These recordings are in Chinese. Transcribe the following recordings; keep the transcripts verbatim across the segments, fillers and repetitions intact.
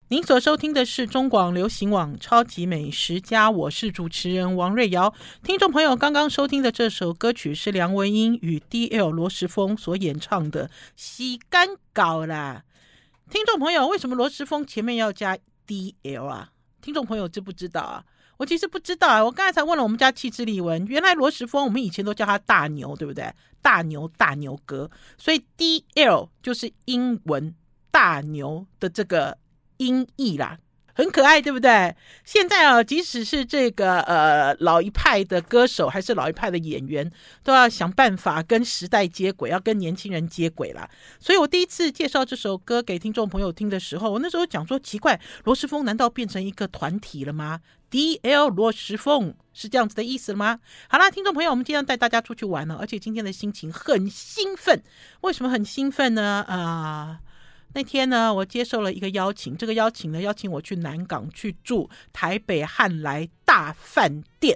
您所收听的是中广流行网超级美食家，我是主持人王瑞瑶。听众朋友刚刚收听的这首歌曲是梁文音与 D L 罗时丰所演唱的《洗干搞啦》。听众朋友，为什么罗时丰前面要加 D L 啊？听众朋友知不知道啊？我其实不知道啊，我刚才才问了我们家气质丽文，原来罗时丰我们以前都叫他大牛，对不对？大牛大牛哥，所以 D L 就是英文大牛的这个音译啦，很可爱，对不对？现在啊，即使是这个呃老一派的歌手，还是老一派的演员，都要想办法跟时代接轨，要跟年轻人接轨啦。所以我第一次介绍这首歌给听众朋友听的时候，我那时候讲说，奇怪，罗时丰难道变成一个团体了吗？ D L 罗时丰是这样子的意思了吗？好啦，听众朋友，我们今天带大家出去玩了，而且今天的心情很兴奋。为什么很兴奋呢？啊、呃那天呢，我接受了一个邀请，这个邀请呢，邀请我去南港去住台北汉来大饭店。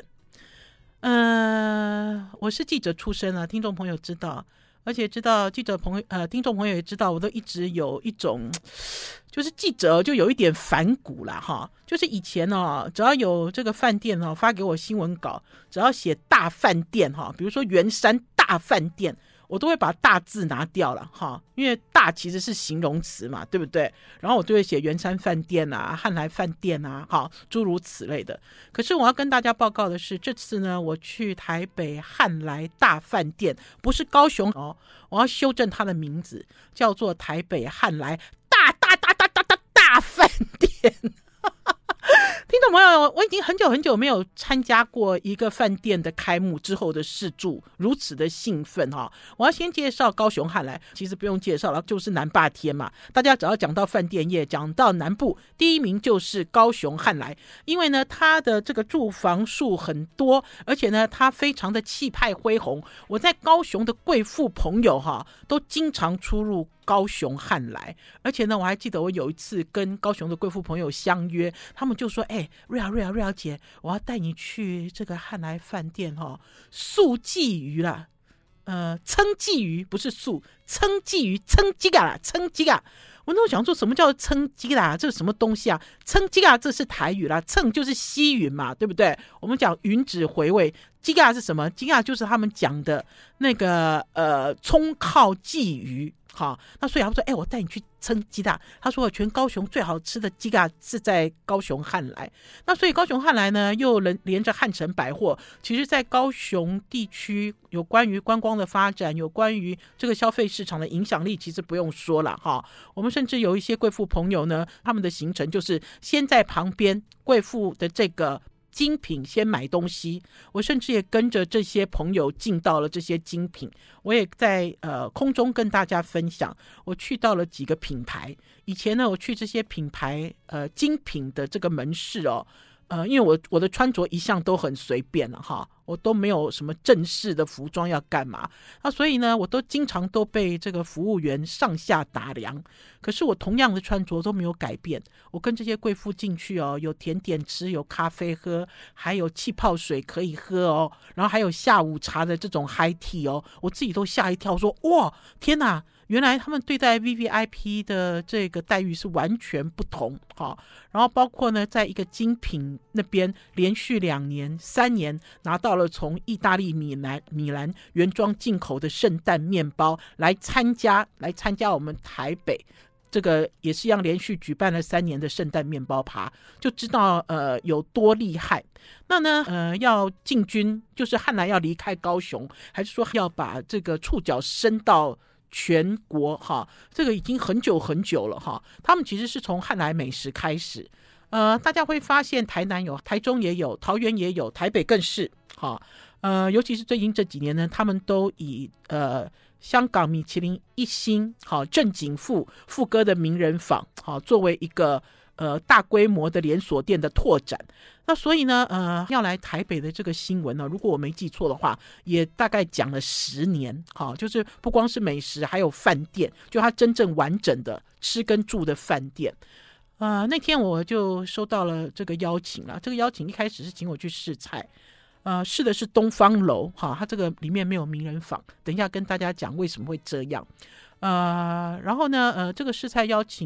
呃，我是记者出身啊，听众朋友知道，而且知道记者朋友呃，听众朋友也知道，我都一直有一种，就是记者就有一点反骨啦哈，就是以前哦，只要有这个饭店哦发给我新闻稿，只要写大饭店哈，比如说圆山大饭店，我都会把大字拿掉了哈，因为大其实是形容词嘛，对不对？然后我就会写圆山饭店啊、汉来饭店啊，哈，诸如此类的。可是我要跟大家报告的是，这次呢，我去台北汉来大饭店，不是高雄哦，我要修正它的名字，叫做台北汉来大大大大大大大饭店。听众朋友，我已经很久很久没有参加过一个饭店的开幕之后的试住，如此的兴奋哈！我要先介绍高雄汉来，其实不用介绍了，就是南霸天嘛。大家只要讲到饭店业，讲到南部，第一名就是高雄汉来，因为呢，它的这个住房数很多，而且呢，它非常的气派恢宏。我在高雄的贵妇朋友哈，都经常出入高雄汉来，而且呢，我还记得我有一次跟高雄的贵妇朋友相约，他们就说：“哎、欸，瑞瑶瑞瑶瑞瑶姐，我要带你去这个汉来饭店哈、哦，素鲫鱼啦，呃，称鲫鱼不是素，称鲫鱼，称鸡嘎啦，称鸡嘎。”我那时候想说，什么叫称鸡啦？这是什么东西啊？称鸡嘎这是台语啦，称就是西云嘛，对不对？我们讲云指回味，鸡嘎是什么？鸡嘎就是他们讲的那个呃葱靠鲫鱼。好，那所以他说：“哎、欸，我带你去称鸡蛋。”他说：“全高雄最好吃的鸡蛋是在高雄汉来。”那所以高雄汉来呢，又连着汉城百货，其实在高雄地区有关于观光的发展，有关于这个消费市场的影响力，其实不用说了哈。我们甚至有一些贵妇朋友呢，他们的行程就是先在旁边贵妇的这个精品先买东西，我甚至也跟着这些朋友进到了这些精品，我也在呃空中跟大家分享，我去到了几个品牌。以前呢，我去这些品牌呃精品的这个门市哦，呃，因为我我的穿着一向都很随便了哈，我都没有什么正式的服装要干嘛，那所以呢，我都经常都被这个服务员上下打量。可是我同样的穿着都没有改变，我跟这些贵妇进去哦，有甜点吃，有咖啡喝，还有气泡水可以喝哦，然后还有下午茶的这种 high tea 哦，我自己都吓一跳说，哇，天哪！原来他们对待 V V I P 的这个待遇是完全不同哈，然后包括呢，在一个精品那边连续两年、三年拿到了从意大利米兰米兰原装进口的圣诞面包来参加来参加我们台北。这个也是一样，连续举办了三年的圣诞面包趴，就知道呃有多厉害。那呢呃要进军，就是汉来要离开高雄，还是说要把这个触角伸到全国哈？这个已经很久很久了哈。他们其实是从汉来美食开始，呃，大家会发现台南有，台中也有，桃园也有，台北更是哈。呃，尤其是最近这几年呢，他们都以呃。香港米其林一星好郑景富富哥的名人坊好作为一个呃大规模的连锁店的拓展。那所以呢呃要来台北的这个新闻呢，如果我没记错的话，也大概讲了十年好，就是不光是美食，还有饭店，就它真正完整的吃跟住的饭店。呃那天我就收到了这个邀请了，这个邀请一开始是请我去试菜。呃，试的是东方楼哈，它这个里面没有名人坊，等一下跟大家讲为什么会这样。呃，然后呢，呃，这个试菜邀请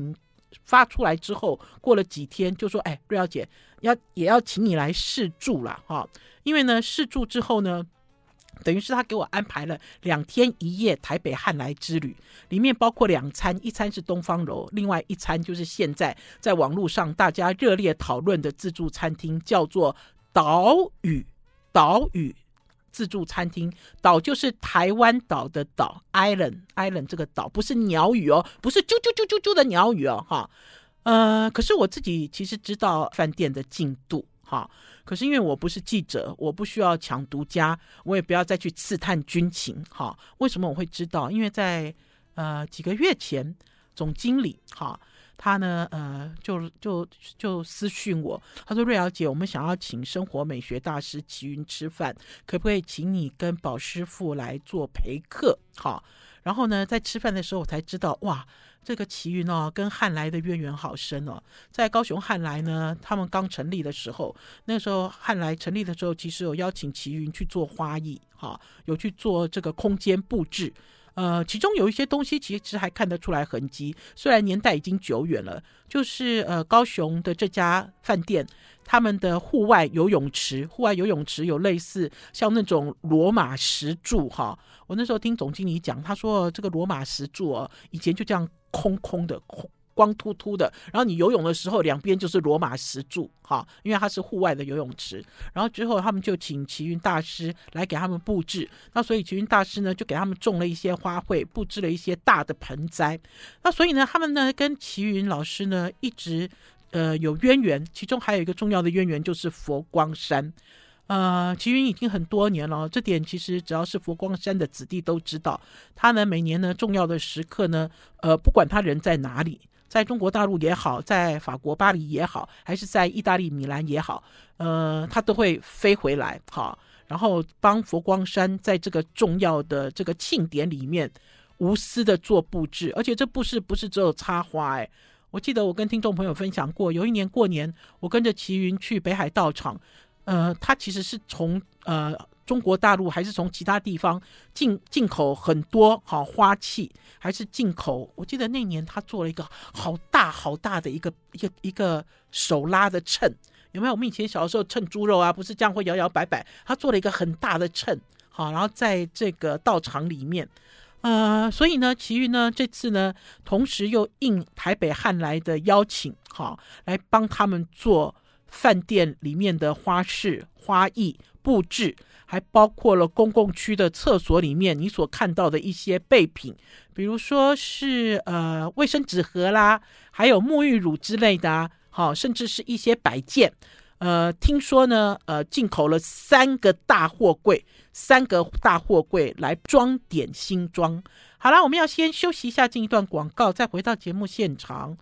发出来之后，过了几天就说，哎，瑞瑶姐要也要请你来试住啦哈，因为呢试住之后呢，等于是他给我安排了两天一夜台北汉来之旅，里面包括两餐，一餐是东方楼，另外一餐就是现在在网络上大家热烈讨论的自助餐厅，叫做岛屿岛屿自助餐厅。岛就是台湾岛的岛 Island Island 这个岛不是鸟语哦，不是啾啾啾啾啾的鸟语哦哈。呃，可是我自己其实知道饭店的进度哈，可是因为我不是记者，我不需要抢独家，我也不要再去刺探军情哈。为什么我会知道？因为在呃几个月前，总经理哈他呢呃就就就私讯我，他说瑞瑶姐，我们想要请生活美学大师齐云吃饭，可不可以请你跟宝师傅来做陪客？好，然后呢在吃饭的时候我才知道，哇，这个齐云哦跟汉来的渊源好深哦。在高雄汉来呢，他们刚成立的时候，那时候汉来成立的时候，其实有邀请齐云去做花艺，哈，有去做这个空间布置。呃，其中有一些东西其实还看得出来痕迹，虽然年代已经久远了，就是呃高雄的这家饭店，他们的户外游泳池，户外游泳池有类似像那种罗马石柱哈。我那时候听总经理讲，他说这个罗马石柱哦，以前就这样空空的空。光秃秃的，然后你游泳的时候两边就是罗马石柱哈，因为它是户外的游泳池。然后之后他们就请齐云大师来给他们布置，那所以齐云大师呢就给他们种了一些花卉，布置了一些大的盆栽。那所以呢他们呢跟齐云老师呢一直呃有渊源，其中还有一个重要的渊源就是佛光山。呃，齐云已经很多年了，这点其实只要是佛光山的子弟都知道。他呢每年呢重要的时刻呢，呃，不管他人在哪里，在中国大陆也好，在法国巴黎也好，还是在意大利米兰也好，呃，他都会飞回来，好，然后帮佛光山在这个重要的这个庆典里面无私的做布置，而且这布置不是只有插花，哎，我记得我跟听众朋友分享过，有一年过年，我跟着齐云去北海道场，呃，他其实是从呃。中国大陆还是从其他地方进进口很多好花器，还是进口。我记得那年他做了一个好大好大的一个一个一个手拉的秤，有没有？我们以前小的时候称猪肉啊，不是这样会摇摇摆摆，他做了一个很大的秤，好，然后在这个道场里面，呃，所以呢，齐云呢这次呢，同时又应台北汉来的邀请，好，来帮他们做饭店里面的花饰、花艺布置。还包括了公共区的厕所里面你所看到的一些备品，比如说是呃卫生纸盒啦，还有沐浴乳之类的啊，好，甚至是一些摆件。呃，听说呢，呃，进口了三个大货柜，三个大货柜来装点新装。好啦，我们要先休息一下，进一段广告，再回到节目现场。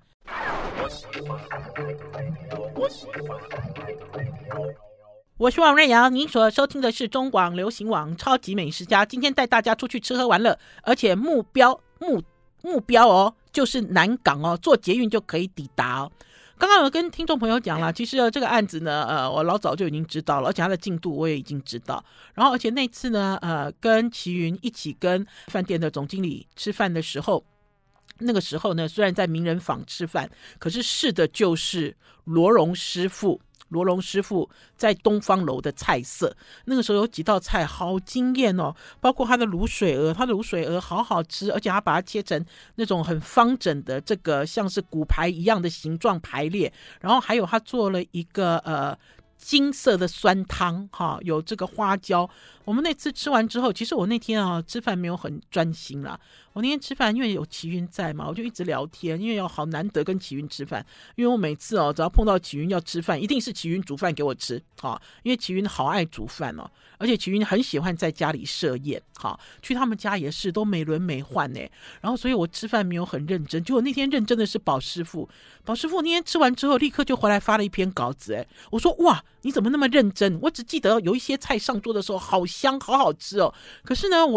我是王瑞瑶，您所收听的是中广流行网超级美食家。今天带大家出去吃喝玩乐，而且目标目目标哦，就是南港哦，坐捷运就可以抵达哦。刚刚有跟听众朋友讲了，其实、呃、这个案子呢，呃，我老早就已经知道了，而且它的进度我也已经知道。然后，而且那次呢，呃，跟齐云一起跟饭店的总经理吃饭的时候。那个时候呢，虽然在名人坊吃饭，可是试的就是罗荣师傅罗荣师傅在东方楼的菜色。那个时候有几道菜好惊艳哦，包括他的卤水鹅，他的卤水鹅好好吃，而且他把它切成那种很方整的这个像是骨牌一样的形状排列，然后还有他做了一个呃金色的酸汤哈，有这个花椒。我们那次吃完之后，其实我那天啊吃饭没有很专心啦。我那天吃饭因为有齐云在嘛，我就一直聊天，因为要好难得跟齐云吃饭。因为我每次哦只要碰到齐云要吃饭，一定是齐云煮饭给我吃哈，因为齐云好爱煮饭哦，而且齐云很喜欢在家里设宴哈，去他们家也是都美轮美奂呢。然后所以我吃饭没有很认真，结果那天认真的是宝师傅。宝师傅那天吃完之后立刻就回来发了一篇稿子，哎，我说哇你怎么那么认真？我只记得有一些菜上桌的时候好香好好吃哦，可是呢我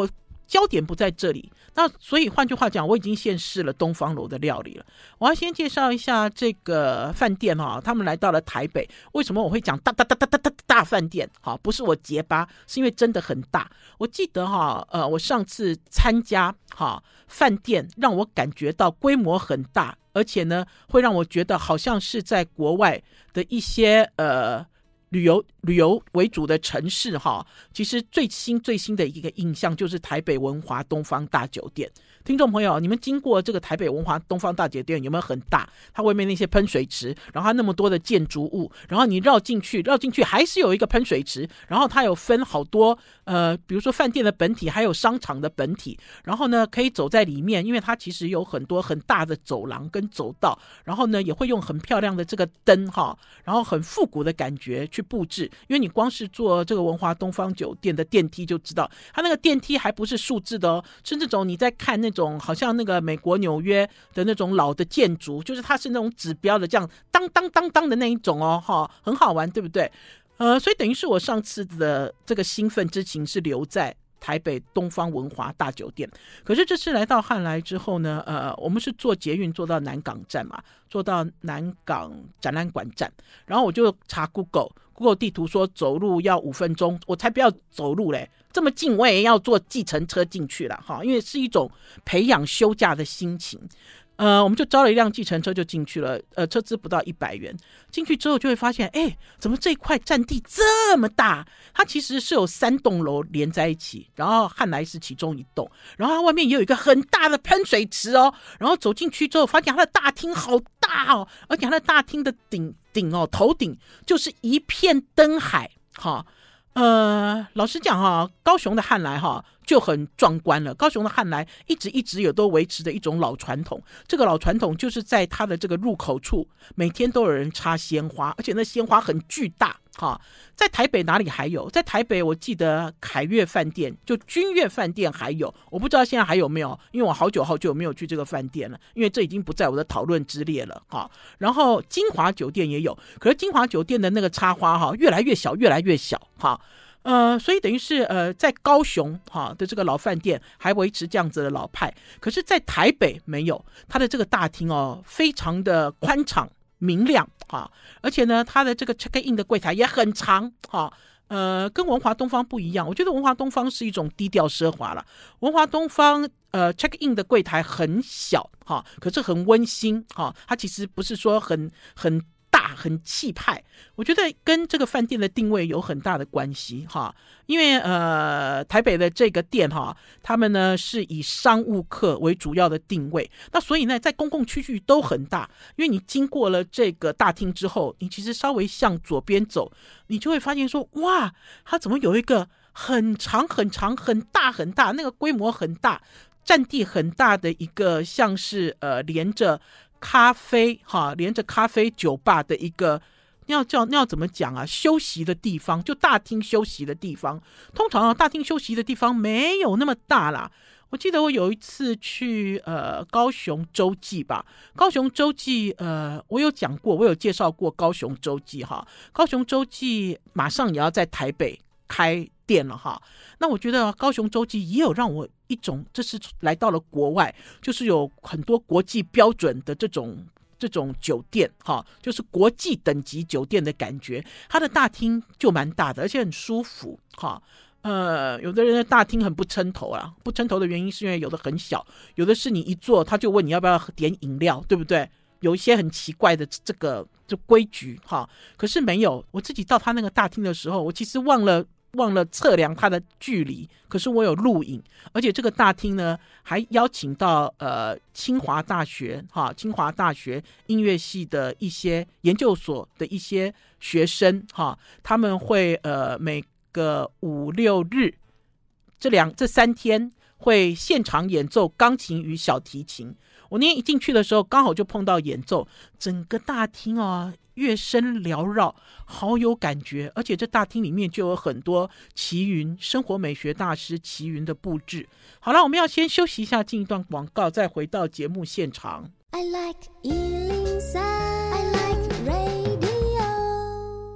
焦点不在这里。那所以换句话讲，我已经先试了东方楼的料理了。我要先介绍一下这个饭店哈，他们来到了台北，为什么我会讲大大大大大大大饭店？哈，不是我结巴，是因为真的很大。我记得哈，呃，我上次参加哈饭店，让我感觉到规模很大，而且呢，会让我觉得好像是在国外的一些呃。旅游旅游为主的城市哈，其实最新最新的一个印象就是台北文华东方大酒店。听众朋友，你们经过这个台北文华东方大酒店有没有很大？它外面那些喷水池，然后它那么多的建筑物，然后你绕进去，绕进去还是有一个喷水池，然后它有分好多呃，比如说饭店的本体，还有商场的本体，然后呢可以走在里面，因为它其实有很多很大的走廊跟走道，然后呢也会用很漂亮的这个灯哈，然后很复古的感觉去布置。因为你光是坐这个文华东方酒店的电梯就知道，它那个电梯还不是数字的哦，是那种你在看那种好像那个美国纽约的那种老的建筑，就是它是那种指标的这样当当当当的那一种哦，哈，很好玩，对不对？呃，所以等于是我上次的这个兴奋之情是留在台北东方文华大酒店，可是这次来到汉来之后呢，呃，我们是坐捷运坐到南港站嘛，坐到南港展览馆站，然后我就查 Google Google 地图说走路要五分钟，我才不要走路嘞，这么近我也要坐计程车进去了哈，因为是一种培养休假的心情。呃，我们就招了一辆计程车就进去了，呃，车资不到一百元。进去之后就会发现，哎，怎么这块占地这么大？它其实是有三栋楼连在一起，然后汉来是其中一栋，然后它外面也有一个很大的喷水池哦。然后走进去之后，发现它的大厅好大哦，而且它的大厅的顶顶哦，头顶就是一片灯海，哈。呃，老实讲哈，高雄的汉来哈就很壮观了。高雄的汉来一直一直有都维持的一种老传统，这个老传统就是在它的这个入口处，每天都有人插鲜花，而且那鲜花很巨大哈。在台北哪里还有？在台北我记得凯悦饭店，就君悦饭店还有，我不知道现在还有没有，因为我好久好久没有去这个饭店了，因为这已经不在我的讨论之列了哈。然后金华酒店也有，可是金华酒店的那个插花哈越来越小，越来越小哈。呃，所以等于是呃，在高雄哈的这个老饭店还维持这样子的老派，可是，在台北没有，它的这个大厅哦，非常的宽敞明亮哈，而且呢，它的这个 check in 的柜台也很长哈。呃，跟文华东方不一样，我觉得文华东方是一种低调奢华了。文华东方呃 check in 的柜台很小哈，可是很温馨哈，它其实不是说很很。大很气派，我觉得跟这个饭店的定位有很大的关系哈，因为呃台北的这个店哈，他们呢是以商务客为主要的定位，那所以呢在公共区域都很大，因为你经过了这个大厅之后，你其实稍微向左边走，你就会发现说哇，它怎么有一个很长很长很大很大，那个规模很大，占地很大的一个像是呃连着咖啡哈，连着咖啡酒吧的一个，那要叫那要怎么讲啊？休息的地方，就大厅休息的地方。通常、啊、大厅休息的地方没有那么大啦。我记得我有一次去呃高雄洲际吧，高雄洲际呃我有讲过，我有介绍过高雄洲际哈。高雄洲际马上也要在台北开店了哈。那我觉得高雄洲际也有让我一种，这是来到了国外，就是有很多国际标准的这种这种酒店哈，就是国际等级酒店的感觉。它的大厅就蛮大的，而且很舒服哈。呃，有的人的大厅很不称头啊，不称头的原因是因为有的很小，有的是你一坐他就问你要不要点饮料，对不对？有一些很奇怪的这个这规矩哈。可是没有，我自己到他那个大厅的时候，我其实忘了。忘了测量它的距离，可是我有录影，而且这个大厅呢还邀请到呃清华大学哈，清华大学音乐系的一些研究所的一些学生哈，他们会呃每个五六日这两这三天会现场演奏钢琴与小提琴。我那天一进去的时候，刚好就碰到演奏，整个大厅哦，乐声缭绕，好有感觉。而且这大厅里面就有很多齐云生活美学大师齐云的布置。好了，我们要先休息一下，进一段广告，再回到节目现场。I like 一零三 I like radio。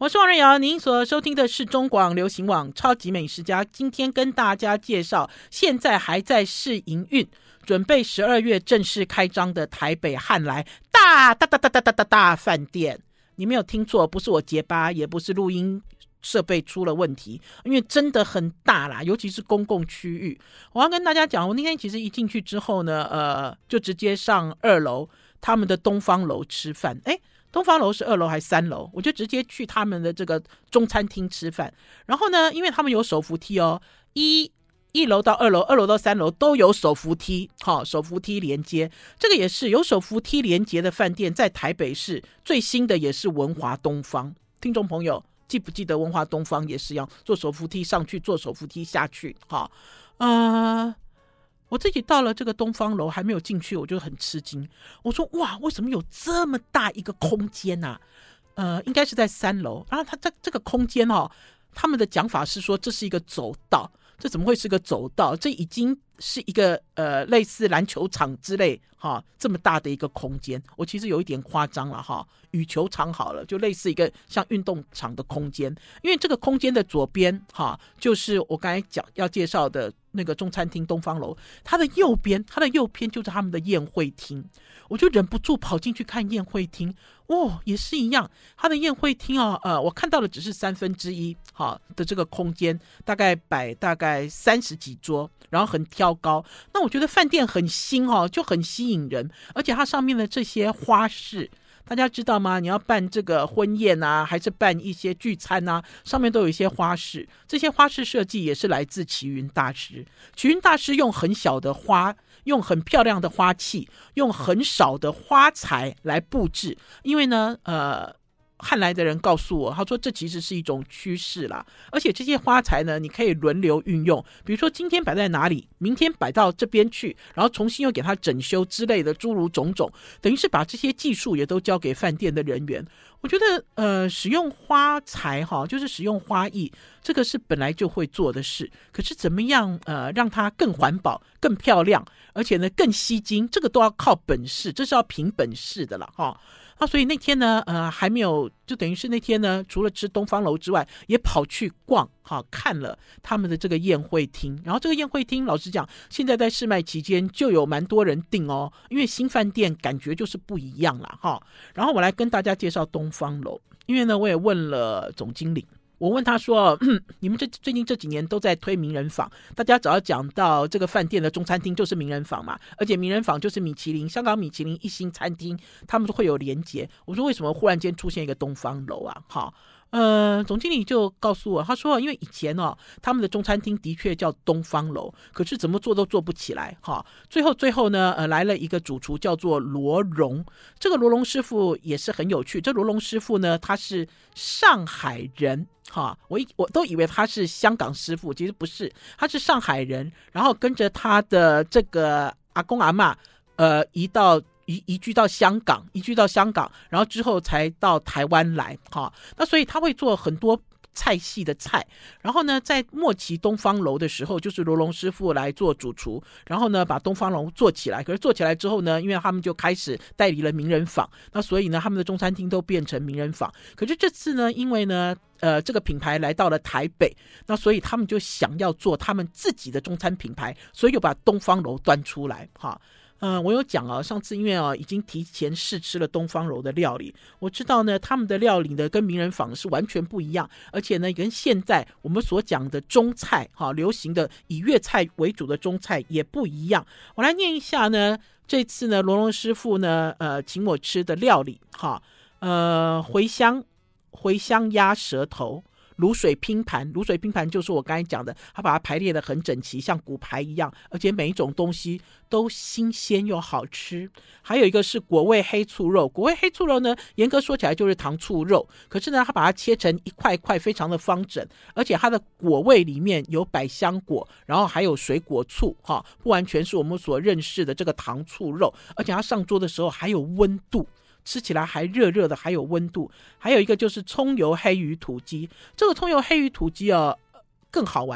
我是王瑞瑶，您所收听的是中广流行网超级美食家。今天跟大家介绍现在还在试营运，准备十二月正式开张的台北汉来大大大大大大大大饭店。你没有听错，不是我结巴，也不是录音设备出了问题，因为真的很大啦，尤其是公共区域。我要跟大家讲，我那天其实一进去之后呢，呃，就直接上二楼他们的东方楼吃饭。诶东方楼是二楼还是三楼？我就直接去他们的这个中餐厅吃饭。然后呢，因为他们有手扶梯哦，一一楼到二楼，二楼到三楼都有手扶梯，好、哦，手扶梯连接。这个也是有手扶梯连接的饭店，在台北市最新的也是文华东方。听众朋友记不记得文华东方也是要坐手扶梯上去，坐手扶梯下去？好、哦，呃。我自己到了这个东方楼还没有进去，我就很吃惊。我说哇，为什么有这么大一个空间啊？呃，应该是在三楼。然后它这这个空间哦，他们的讲法是说这是一个走道，这怎么会是个走道？这已经是一个呃类似篮球场之类哈，这么大的一个空间。我其实有一点夸张了哈，羽球场好了，就类似一个像运动场的空间。因为这个空间的左边哈，就是我刚才讲要介绍的那个中餐厅东方楼，它的右边，它的右边就是他们的宴会厅。我就忍不住跑进去看宴会厅，哦，也是一样，它的宴会厅哦，呃，我看到的只是三分之一哈的这个空间，大概摆大概三十几桌，然后很挑高。那我觉得饭店很新哦，就很吸引人，而且它上面的这些花饰。大家知道吗？你要办这个婚宴啊，还是办一些聚餐啊，上面都有一些花饰。这些花饰设计也是来自齐云大师。齐云大师用很小的花，用很漂亮的花器，用很少的花材来布置。因为呢，呃。汉来的人告诉我，他说这其实是一种趋势啦，而且这些花材呢，你可以轮流运用，比如说今天摆在哪里，明天摆到这边去，然后重新又给它整修之类的，诸如种种，等于是把这些技术也都交给饭店的人员。我觉得呃，使用花材哈，就是使用花艺，这个是本来就会做的事，可是怎么样呃，让它更环保、更漂亮，而且呢更吸睛，这个都要靠本事，这是要凭本事的了哈。啊，所以那天呢，呃，还没有，就等于是那天呢，除了吃东方楼之外，也跑去逛，哈，看了他们的这个宴会厅。然后这个宴会厅，老实讲，现在在试卖期间就有蛮多人订哦，因为新饭店感觉就是不一样啦，哈。然后我来跟大家介绍东方楼，因为呢，我也问了总经理。我问他说、嗯、你们这最近这几年都在推名人坊，大家只要讲到这个饭店的中餐厅就是名人坊嘛，而且名人坊就是米其林，香港米其林一星餐厅，他们都会有连结。我说为什么忽然间出现一个东方楼啊？好，呃，总经理就告诉我，他说因为以前哦，他们的中餐厅的确叫东方楼，可是怎么做都做不起来哈。最后最后呢，呃，来了一个主厨叫做罗荣，这个罗荣师傅也是很有趣。这罗荣师傅呢，他是上海人。哈，我我都以为他是香港师傅，其实不是，他是上海人，然后跟着他的这个阿公阿嬷，呃，移到移移居到香港，移居到香港，然后之后才到台湾来，哈，那所以他会做很多菜系的菜，然后呢，在末期东方楼的时候，就是罗龙师傅来做主厨，然后呢，把东方楼做起来。可是做起来之后呢，因为他们就开始代理了名人坊，那所以呢，他们的中餐厅都变成名人坊。可是这次呢，因为呢，呃，这个品牌来到了台北，那所以他们就想要做他们自己的中餐品牌，所以就把东方楼端出来，哈。呃，我有讲啊，上次因为啊已经提前试吃了东方楼的料理，我知道呢他们的料理呢跟名人坊是完全不一样，而且呢跟现在我们所讲的中菜哈、啊、流行的以粤菜为主的中菜也不一样。我来念一下呢，这次呢罗龙师傅呢呃请我吃的料理哈，呃茴香茴香鸭舌头。卤水拼盘，卤水拼盘就是我刚才讲的，他把它排列得很整齐，像骨牌一样，而且每一种东西都新鲜又好吃。还有一个是果味黑醋肉，果味黑醋肉呢，严格说起来就是糖醋肉，可是呢，他把它切成一块一块，非常的方整，而且它的果味里面有百香果，然后还有水果醋，哈，不完全是我们所认识的这个糖醋肉，而且它上桌的时候还有温度。吃起来还热热的，还有温度。还有一个就是葱油黑鱼土鸡，这个葱油黑鱼土鸡啊更好玩了。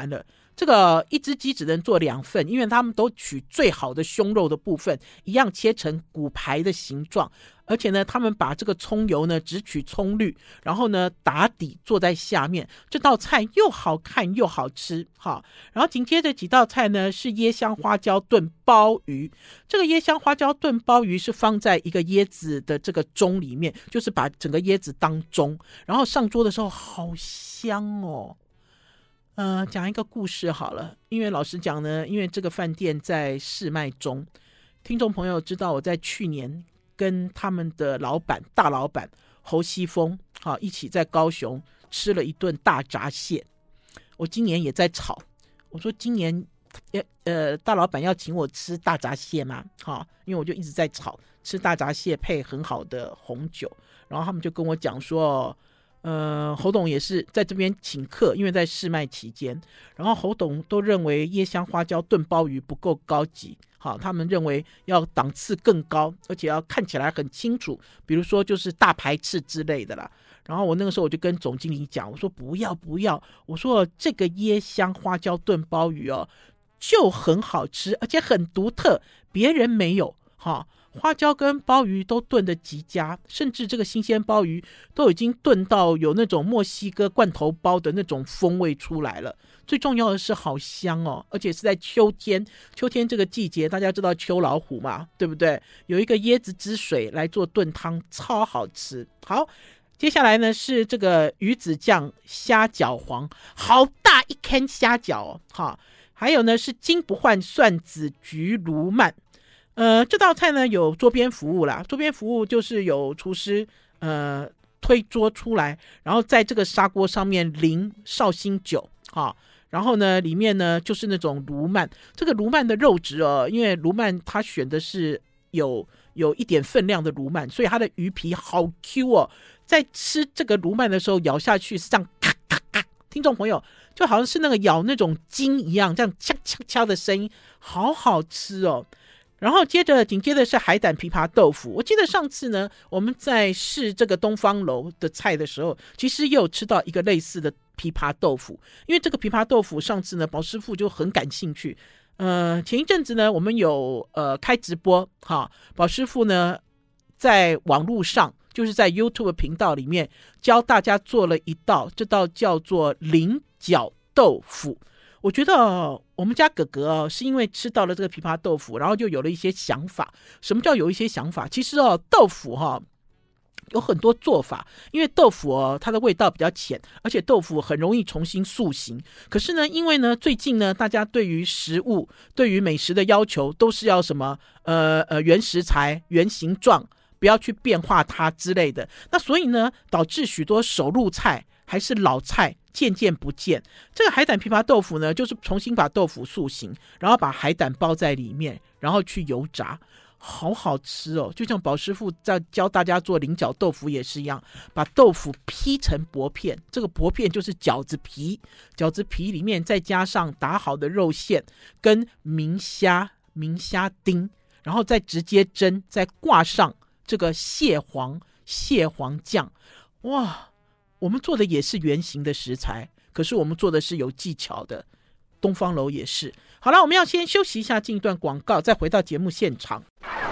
这个一只鸡只能做两份，因为他们都取最好的胸肉的部分，一样切成骨牌的形状。而且呢，他们把这个葱油呢只取葱绿，然后呢打底做在下面，这道菜又好看又好吃。好，然后紧接着几道菜呢是椰香花椒炖鲍鱼。这个椰香花椒炖鲍鱼是放在一个椰子的这个盅里面，就是把整个椰子当盅，然后上桌的时候好香哦。呃，讲一个故事好了，因为老实讲呢，因为这个饭店在试卖中，听众朋友知道我在去年跟他们的老板大老板侯西峰好一起在高雄吃了一顿大闸蟹。我今年也在吵，我说今年呃大老板要请我吃大闸蟹吗？好，因为我就一直在吵吃大闸蟹配很好的红酒，然后他们就跟我讲说呃，侯董也是在这边请客，因为在试卖期间，然后侯董都认为椰香花椒炖鲍鱼不够高级，好，他们认为要档次更高，而且要看起来很清楚，比如说就是大排翅之类的啦。然后我那个时候我就跟总经理讲，我说不要不要，我说这个椰香花椒炖鲍鱼哦，就很好吃，而且很独特，别人没有哈。花椒跟鲍鱼都炖得极佳，甚至这个新鲜鲍鱼都已经炖到有那种墨西哥罐头包的那种风味出来了。最重要的是好香哦，而且是在秋天，秋天这个季节大家知道秋老虎嘛，对不对？有一个椰子汁水来做炖汤，超好吃。好，接下来呢是这个鱼子酱虾饺黄，好大一坑虾饺哦，哈，还有呢是金不换蒜子焗鲈鳗。呃，这道菜呢有桌边服务啦，桌边服务就是有厨师呃推桌出来，然后在这个砂锅上面淋绍兴酒，哈，然后呢里面呢就是那种鲈鳗，这个鲈鳗的肉质哦，因为鲈鳗它选的是有有一点分量的鲈鳗，所以它的鱼皮好 Q 哦，在吃这个鲈鳗的时候咬下去是这样咔咔咔，听众朋友就好像是那个咬那种筋一样，这样敲敲敲的声音，好好吃哦。然后接着紧接着是海胆枇杷豆腐。我记得上次呢我们在试这个东方楼的菜的时候，其实也有吃到一个类似的枇杷豆腐，因为这个枇杷豆腐上次呢宝师傅就很感兴趣，呃，前一阵子呢我们有呃开直播哈，宝师傅呢在网络上就是在 YouTube 频道里面教大家做了一道，这道叫做菱角豆腐。我觉得、哦、我们家哥哥、哦、是因为吃到了这个枇杷豆腐，然后就有了一些想法。什么叫有一些想法？其实哦，豆腐哈、哦、有很多做法，因为豆腐哦它的味道比较浅，而且豆腐很容易重新塑形。可是呢，因为呢最近呢大家对于食物、对于美食的要求都是要什么呃呃原食材、原形状，不要去变化它之类的。那所以呢，导致许多手路菜还是老菜渐渐不见。这个海胆枇杷豆腐呢，就是重新把豆腐塑形，然后把海胆包在里面，然后去油炸，好好吃哦。就像宝师傅在教大家做菱角豆腐也是一样，把豆腐劈成薄片，这个薄片就是饺子皮，饺子皮里面再加上打好的肉馅跟明虾明虾丁，然后再直接蒸，再挂上这个蟹黄蟹黄酱。哇，我们做的也是原型的食材，可是我们做的是有技巧的。东方楼也是。好了，我们要先休息一下，进一段广告，再回到节目现场。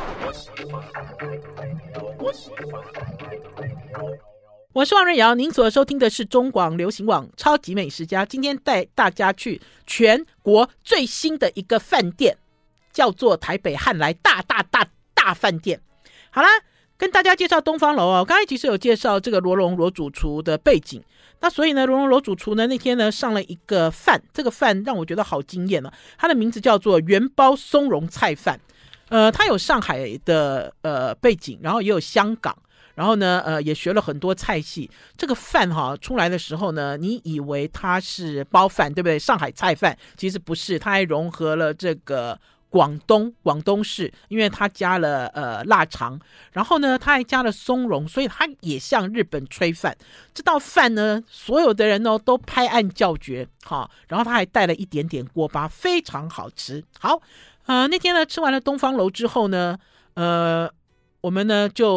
我是王瑞瑶，您所收听的是中广流行网超级美食家。今天带大家去全国最新的一个饭店，叫做台北汉来大大大大饭店。好啦，跟大家介绍东方楼哦。刚才其实有介绍这个罗龙罗主厨的背景，那所以呢，罗龙罗主厨呢那天呢上了一个饭，这个饭让我觉得好惊艳哦。它的名字叫做原包松茸菜饭。呃，它有上海的呃背景，然后也有香港，然后呢呃也学了很多菜系。这个饭哈出来的时候呢，你以为它是包饭，对不对？上海菜饭其实不是，它还融合了这个广东广东式，因为它加了呃腊肠，然后呢它还加了松茸，所以它也像日本炊饭。这道饭呢，所有的人呢都拍案叫绝，哈，然后它还带了一点点锅巴，非常好吃。好，呃那天呢吃完了东方楼之后呢，呃我们呢就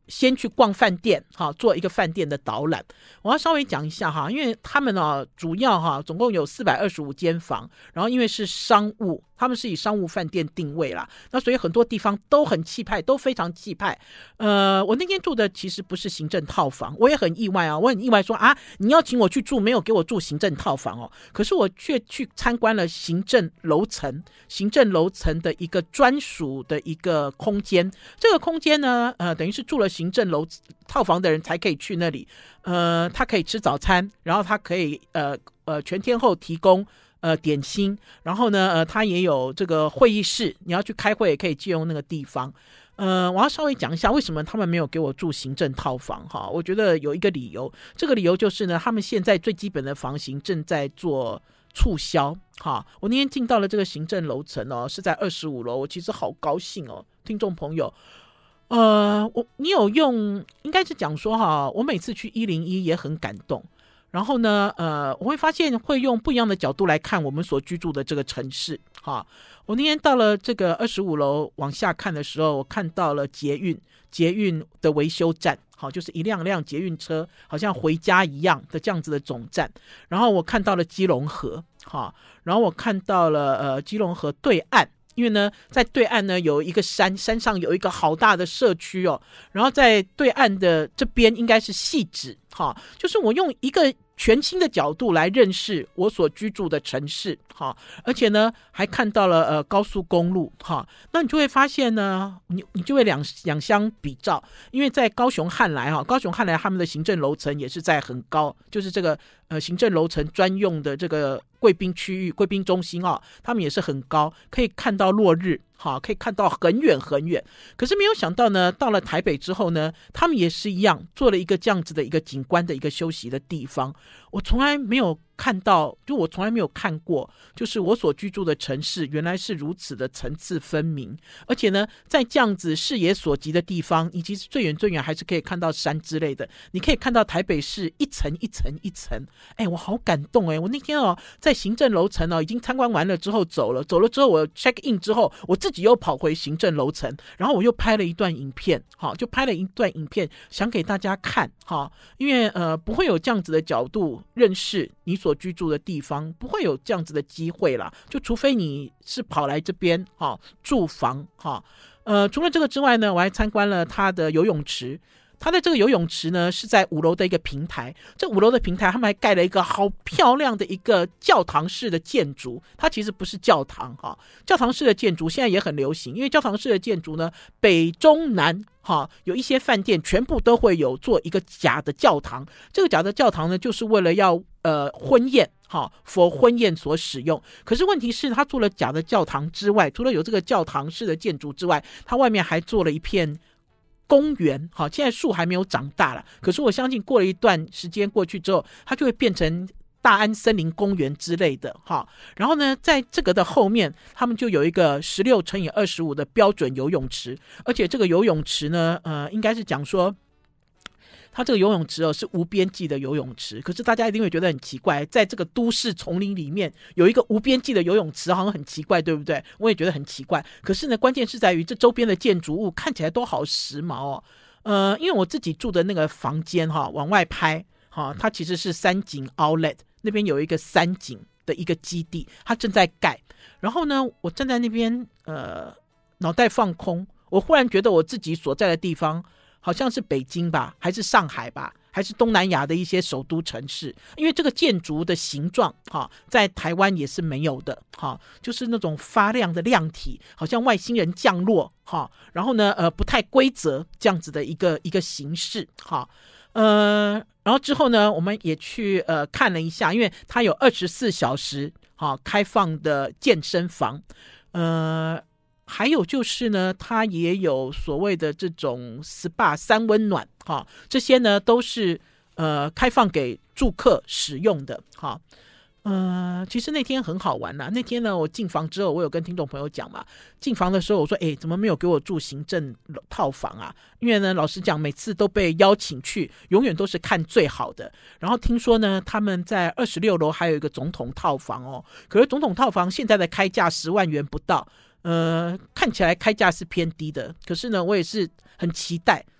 先去逛饭店，哈，做一个饭店的导览。我要稍微讲一下哈，因为他们呢，主要哈，总共有四百二十五间房，然后因为是商务，他们是以商务饭店定位啦，那所以很多地方都很气派，都非常气派。呃，我那天住的其实不是行政套房，我也很意外啊，我很意外说啊，你要请我去住，没有给我住行政套房哦，可是我却去参观了行政楼层，行政楼层的一个专属的一个空间。这个空间呢，呃，等于是住了行政楼套房的人才可以去那里。呃，他可以吃早餐，然后他可以呃呃全天候提供呃点心，然后呢呃他也有这个会议室，你要去开会也可以借用那个地方。呃，我要稍微讲一下为什么他们没有给我住行政套房哈。我觉得有一个理由，这个理由就是呢，他们现在最基本的房型正在做促销哈。我那天进到了这个行政楼层哦，是在二十五楼，我其实好高兴哦，听众朋友。呃，我你有用，应该是讲说哈，我每次去一零一也很感动。然后呢，呃，我会发现会用不一样的角度来看我们所居住的这个城市哈。我那天到了这个二十五楼往下看的时候，我看到了捷运捷运的维修站，好，就是一辆辆捷运车，好像回家一样的这样子的总站。然后我看到了基隆河，哈，然后我看到了呃基隆河对岸。因为呢，在对岸呢有一个山，山上有一个好大的社区哦，然后在对岸的这边应该是汐止，哈，就是我用一个全新的角度来认识我所居住的城市，哈，而且呢还看到了呃高速公路，哈，那你就会发现呢，你你就会两两相比照，因为在高雄汉来哈，高雄汉来他们的行政楼层也是在很高，就是这个呃行政楼层专用的这个贵宾区域、贵宾中心啊，他们也是很高，可以看到落日，好，可以看到很远很远。可是没有想到呢，到了台北之后呢，他们也是一样做了一个这样子的一个景观的一个休息的地方。我从来没有看到，就我从来没有看过，就是我所居住的城市原来是如此的层次分明，而且呢，在这样子视野所及的地方，以及最远最远还是可以看到山之类的，你可以看到台北市一层一层一层，哎，我好感动哎！我那天哦，在行政楼层哦，已经参观完了之后走了，走了之后我 check in 之后，我自己又跑回行政楼层，然后我又拍了一段影片，好，就拍了一段影片，想给大家看哈，因为呃不会有这样子的角度认识你所居住的地方，不会有这样子的机会啦，就除非你是跑来这边哈住房哈。呃，除了这个之外呢，我还参观了他的游泳池。它的这个游泳池呢是在五楼的一个平台，这五楼的平台他们还盖了一个好漂亮的一个教堂式的建筑，它其实不是教堂哈，教堂式的建筑现在也很流行，因为教堂式的建筑呢，北中南哈有一些饭店全部都会有做一个假的教堂，这个假的教堂呢就是为了要呃婚宴哈，for婚宴所使用。可是问题是他做了假的教堂之外，除了有这个教堂式的建筑之外，他外面还做了一片公园，好，现在树还没有长大了，可是我相信过了一段时间过去之后，它就会变成大安森林公园之类的哈。然后呢，在这个的后面，他们就有一个十六乘以二十五的标准游泳池，而且这个游泳池呢，呃，应该是讲说，它这个游泳池哦是无边际的游泳池，可是大家一定会觉得很奇怪，在这个都市丛林里面有一个无边际的游泳池，好像很奇怪，对不对？我也觉得很奇怪。可是呢，关键是在于这周边的建筑物看起来都好时髦哦。呃，因为我自己住的那个房间哈，往外拍哈，它其实是三井 Outlet 那边有一个三井的一个基地，它正在盖。然后呢，我站在那边呃，脑袋放空，我忽然觉得我自己所在的地方好像是北京吧，还是上海吧，还是东南亚的一些首都城市，因为这个建筑的形状哈，在台湾也是没有的哈，就是那种发亮的亮体，好像外星人降落哈，然后呢呃不太规则这样子的一个一个形式哈，呃，然后之后呢，我们也去呃看了一下，因为它有二十四小时哈开放的健身房，呃。还有就是呢，它也有所谓的这种 S P A 三温暖哈，这些呢都是呃开放给住客使用的哈。呃，其实那天很好玩啦。那天呢，我进房之后，我有跟听众朋友讲嘛，进房的时候我说，哎，怎么没有给我住行政套房啊？因为呢，老实讲，每次都被邀请去，永远都是看最好的。然后听说呢，他们在二十六楼还有一个总统套房哦，可是总统套房现在的开价十万元不到。呃，看起来开价是偏低的，可是呢，我也是很期待，就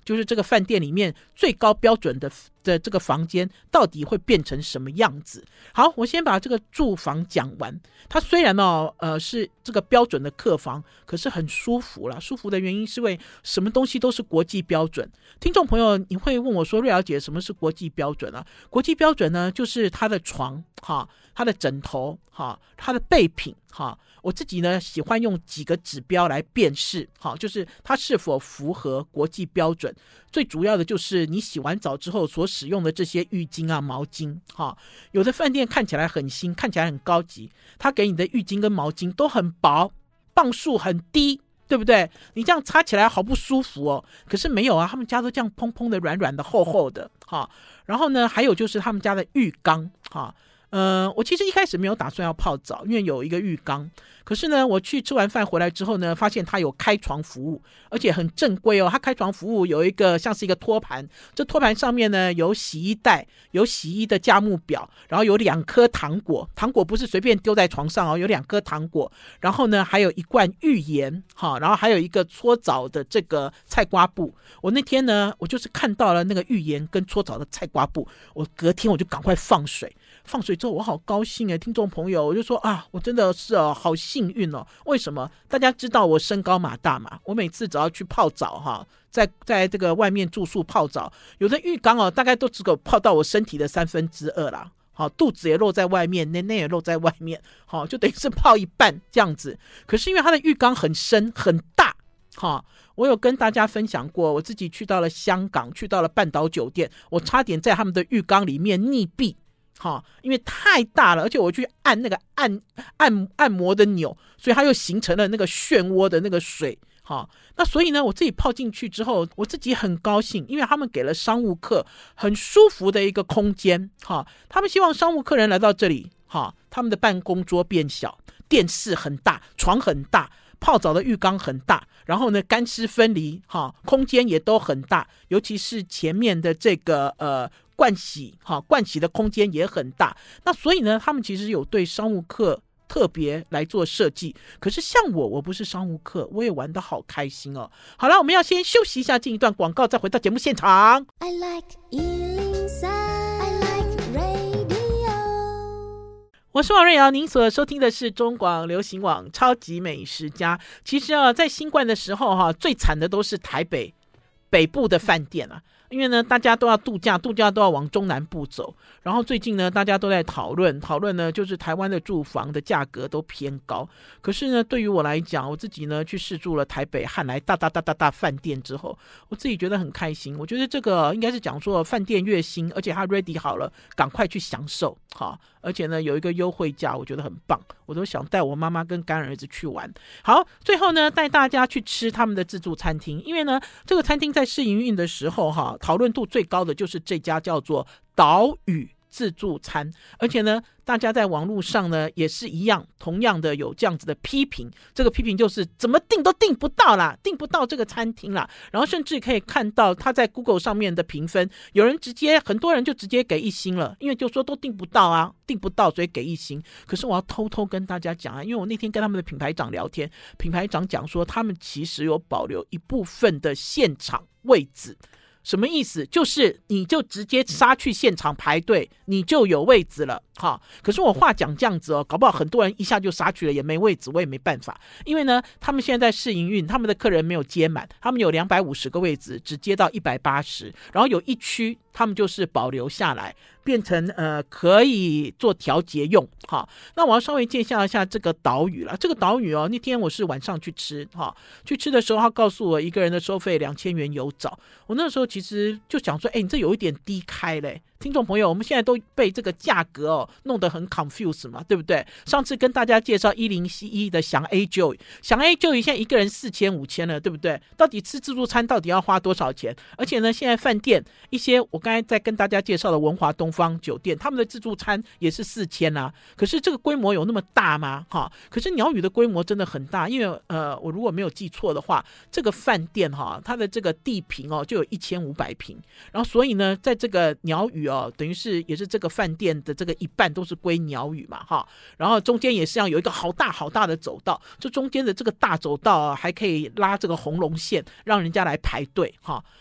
就是这个饭店里面最高标准的的这个房间到底会变成什么样子。好，我先把这个住房讲完。它虽然哦，呃，是这个标准的客房，可是很舒服啦。舒服的原因是因为什么东西都是国际标准。听众朋友，你会问我说，瑞瑶姐，什么是国际标准啊？国际标准呢，就是它的床哈，它的枕头哈，它的备品哈。我自己呢喜欢用几个指标来辨识，好，就是它是否符合国际标准。最主要的就是你洗完澡之后所使用的这些浴巾啊、毛巾，哈，有的饭店看起来很新，看起来很高级，它给你的浴巾跟毛巾都很薄，磅数很低，对不对？你这样擦起来好不舒服哦。可是没有啊，他们家都这样蓬蓬的、软软的、厚厚的，哈。然后呢，还有就是他们家的浴缸，哈。呃，我其实一开始没有打算要泡澡，因为有一个浴缸。可是呢，我去吃完饭回来之后呢，发现他有开床服务，而且很正规哦。他开床服务有一个像是一个托盘，这托盘上面呢有洗衣袋，有洗衣的价目表，然后有两颗糖果，糖果不是随便丢在床上哦，有两颗糖果，然后呢还有一罐浴盐，哈，然后还有一个搓澡的这个菜瓜布。我那天呢，我就是看到了那个浴盐跟搓澡的菜瓜布，我隔天我就赶快放水。放水之后我好高兴哎，听众朋友，我就说啊，我真的是哦好幸运哦。为什么？大家知道我身高马大嘛，我每次只要去泡澡哈，在在这个外面住宿泡澡，有的浴缸哦大概都只够泡到我身体的三分之二啦。好，肚子也露在外面，内内也露在外面，好，就等于是泡一半这样子。可是因为它的浴缸很深很大，哈，我有跟大家分享过，我自己去到了香港，去到了半岛酒店，我差点在他们的浴缸里面溺毙。哈，因为太大了，而且我去按那个按按按摩的钮，所以它又形成了那个漩涡的那个水。哈，那所以呢，我自己泡进去之后，我自己很高兴，因为他们给了商务客很舒服的一个空间。哈，他们希望商务客人来到这里，哈，他们的办公桌变小，电视很大，床很大，泡澡的浴缸很大，然后呢干湿分离，哈，空间也都很大，尤其是前面的这个呃。盥洗哈，盥洗的空间也很大。那所以呢，他们其实有对商务客特别来做设计。可是像我，我不是商务客，我也玩得好开心哦。好了，我们要先休息一下，进一段广告，再回到节目现场。I like 一零三 I like radio。我是王瑞瑶，您所收听的是中广流行网超级美食家。其实啊，在新冠的时候哈、啊，最惨的都是台北北部的饭店啊。因为呢，大家都要度假，度假都要往中南部走。然后最近呢，大家都在讨论，讨论呢，就是台湾的住房的价格都偏高。可是呢，对于我来讲，我自己呢去试住了台北汉来大大大大大饭店之后，我自己觉得很开心。我觉得这个应该是讲说饭店越新，而且它 ready 好了，赶快去享受，好，而且呢有一个优惠价，我觉得很棒。我都想带我妈妈跟干儿子去玩。好，最后呢带大家去吃他们的自助餐厅，因为呢这个餐厅在试营运的时候哈。讨论度最高的就是这家叫做岛屿自助餐，而且呢大家在网络上呢也是一样，同样的有这样子的批评，这个批评就是怎么订都订不到啦，订不到这个餐厅啦。然后甚至可以看到他在 Google 上面的评分，有人直接很多人就直接给一星了，因为就说都订不到啊，订不到所以给一星。可是我要偷偷跟大家讲啊，因为我那天跟他们的品牌长聊天，品牌长讲说他们其实有保留一部分的现场位置。什么意思？就是你就直接杀去现场排队，你就有位置了。哈，可是我话讲这样子哦，搞不好很多人一下就杀去了，也没位置，我也没办法。因为呢，他们现在在试营运，他们的客人没有接满，他们有两百五十个位置，只接到一百八十，然后有一区他们就是保留下来，变成呃可以做调节用。哈，那我要稍微介绍一下这个岛屿了。这个岛屿哦，那天我是晚上去吃，哈，去吃的时候他告诉我一个人的收费两千元有找。我那时候其实就想说，哎，你这有一点低开嘞。听众朋友，我们现在都被这个价格哦弄得很 confuse 嘛，对不对？上次跟大家介绍一零一的祥 A Joy， 祥 A Joy 现在一个人四千五千了，对不对？到底吃自助餐到底要花多少钱？而且呢，现在饭店一些我刚才在跟大家介绍的文华东方酒店，他们的自助餐也是四千啊。可是这个规模有那么大吗？哈，可是鸟语的规模真的很大，因为呃，我如果没有记错的话，这个饭店哈，它的这个地坪哦就有一千五百坪，然后所以呢，在这个鸟语哦，等于是也是这个饭店的这个一半都是归鸟语嘛，哈，然后中间也是要有一个好大好大的走道，这中间的这个大走道啊，还可以拉这个红龙线，让人家来排队哈。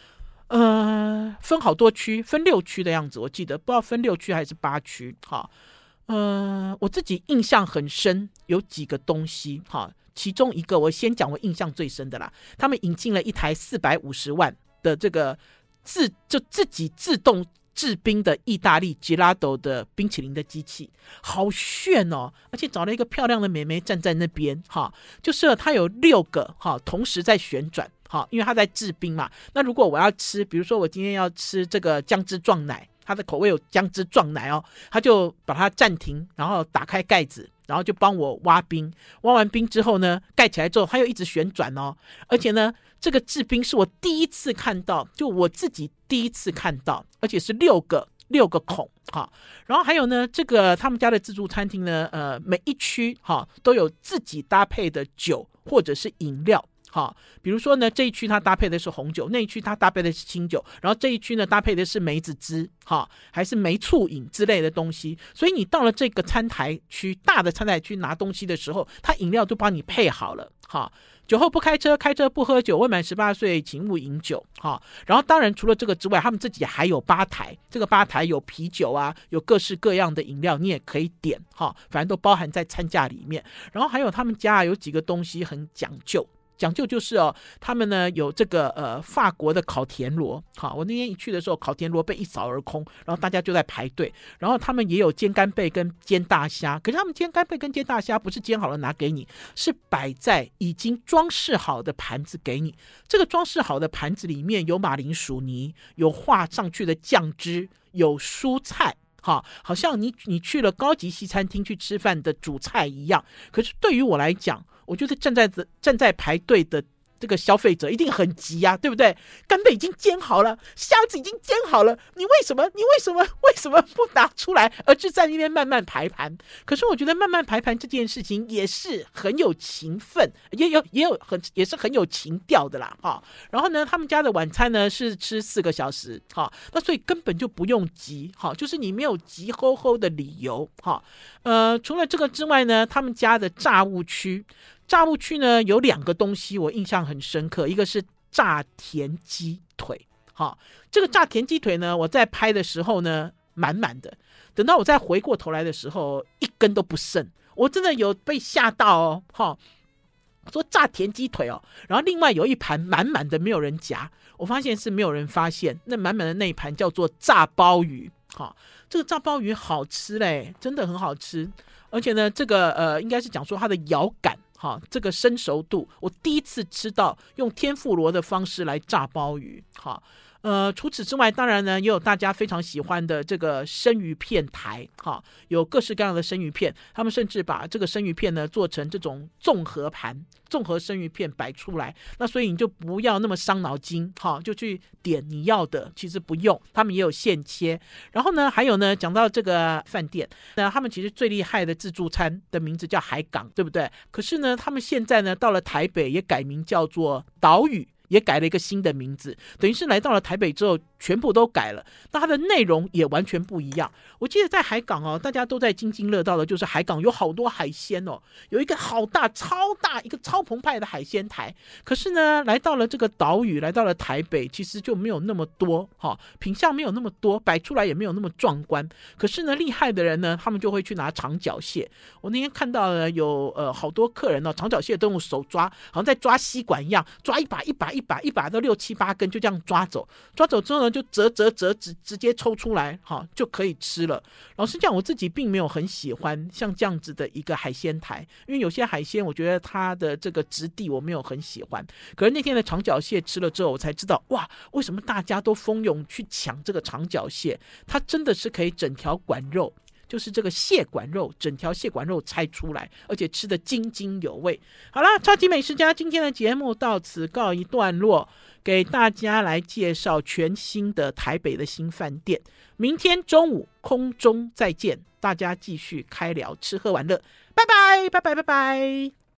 呃，分好多区，分六区的样子，我记得不知道分六区还是八区。哈，呃，我自己印象很深，有几个东西。哈，其中一个我先讲我印象最深的啦，他们引进了一台四百五十万的这个自就自己自动制冰的意大利 Gelato 的冰淇淋的机器，好炫哦！而且找了一个漂亮的妹妹站在那边，哈，就是它有六个哈同时在旋转，哈，因为它在制冰嘛。那如果我要吃，比如说我今天要吃这个姜汁撞奶，它的口味有姜汁撞奶哦，它就把它暂停，然后打开盖子，然后就帮我挖冰。挖完冰之后呢，盖起来之后，它又一直旋转哦，而且呢。这个制冰是我第一次看到，就我自己第一次看到，而且是六个六个孔哈。然后还有呢，这个他们家的自助餐厅呢，呃，每一区哈都有自己搭配的酒或者是饮料。好，比如说呢，这一区它搭配的是红酒，那一区它搭配的是清酒，然后这一区呢搭配的是梅子汁，哈，还是梅醋饮之类的东西。所以你到了这个餐台区，大的餐台区拿东西的时候，它饮料都帮你配好了，哈。酒后不开车，开车不喝酒，未满十八岁请勿饮酒，哈。然后当然除了这个之外，他们自己还有吧台，这个吧台有啤酒啊，有各式各样的饮料，你也可以点，哈，反正都包含在餐价里面。然后还有他们家有几个东西很讲究。讲究就是哦，他们呢有这个呃法国的烤田螺，好，我那天一去的时候，烤田螺被一扫而空，然后大家就在排队。然后他们也有煎干贝跟煎大虾，可是他们煎干贝跟煎大虾不是煎好了拿给你，是摆在已经装饰好的盘子给你。这个装饰好的盘子里面有马铃薯泥，有画上去的酱汁，有蔬菜。好，好像你你去了高级西餐厅去吃饭的主菜一样。可是对于我来讲，我觉得站在站在排队的这个消费者一定很急啊，对不对？干贝已经煎好了，虾子已经煎好了，你为什么你为什么为什么不拿出来，而是在那边慢慢排盘？可是我觉得慢慢排盘这件事情也是很有情分，也有也有很也是很有情调的啦，哈。然后呢，他们家的晚餐呢是吃四个小时，哈，那所以根本就不用急，哈，就是你没有急吼吼的理由，哈。呃，除了这个之外呢，他们家的炸物区。炸物区呢有两个东西我印象很深刻，一个是炸田鸡腿，好，这个炸田鸡腿呢，我在拍的时候呢满满的，等到我再回过头来的时候，一根都不剩，我真的有被吓到哦，哈，说炸田鸡腿哦，然后另外有一盘满满的没有人夹，我发现是没有人发现，那满满的那一盘叫做炸鲍鱼，好，这个炸鲍鱼好吃嘞，真的很好吃，而且呢，这个呃应该是讲说它的咬感。好，这个生熟度，我第一次吃到用天妇罗的方式来炸鲍鱼。好，呃，除此之外，当然呢，也有大家非常喜欢的这个生鱼片台。好，有各式各样的生鱼片，他们甚至把这个生鱼片呢做成这种综合盘，综合生鱼片摆出来。那所以你就不要那么伤脑筋，好，就去点你要的。其实不用，他们也有现切。然后呢，还有呢，讲到这个饭店，那他们其实最厉害的自助餐的名字叫海港，对不对？可是呢，他们现在呢到了台北也改名叫做岛屿。也改了一个新的名字，等于是来到了台北之后全部都改了，那它的内容也完全不一样。我记得在海港哦，大家都在津津乐道的就是海港有好多海鲜哦，有一个好大超大一个超澎湃的海鲜台，可是呢来到了这个岛屿，来到了台北，其实就没有那么多、哦、品相没有那么多，摆出来也没有那么壮观。可是呢厉害的人呢，他们就会去拿长脚蟹。我那天看到了有呃好多客人哦，长脚蟹都用手抓，好像在抓吸管一样，抓一把一把一把一把到六七八根，就这样抓走，抓走之后呢就折折折直直接抽出来、哦、就可以吃了。老实讲，我自己并没有很喜欢像这样子的一个海鲜台，因为有些海鲜我觉得它的这个质地我没有很喜欢。可是那天的长脚蟹吃了之后，我才知道哇，为什么大家都蜂拥去抢这个长脚蟹，它真的是可以整条管肉，就是这个蟹管肉，整条蟹管肉拆出来，而且吃得津津有味。好啦，超级美食家今天的节目到此告一段落，给大家来介绍全新的台北的新饭店。明天中午空中再见，大家继续开聊吃喝玩乐，拜拜拜拜拜拜。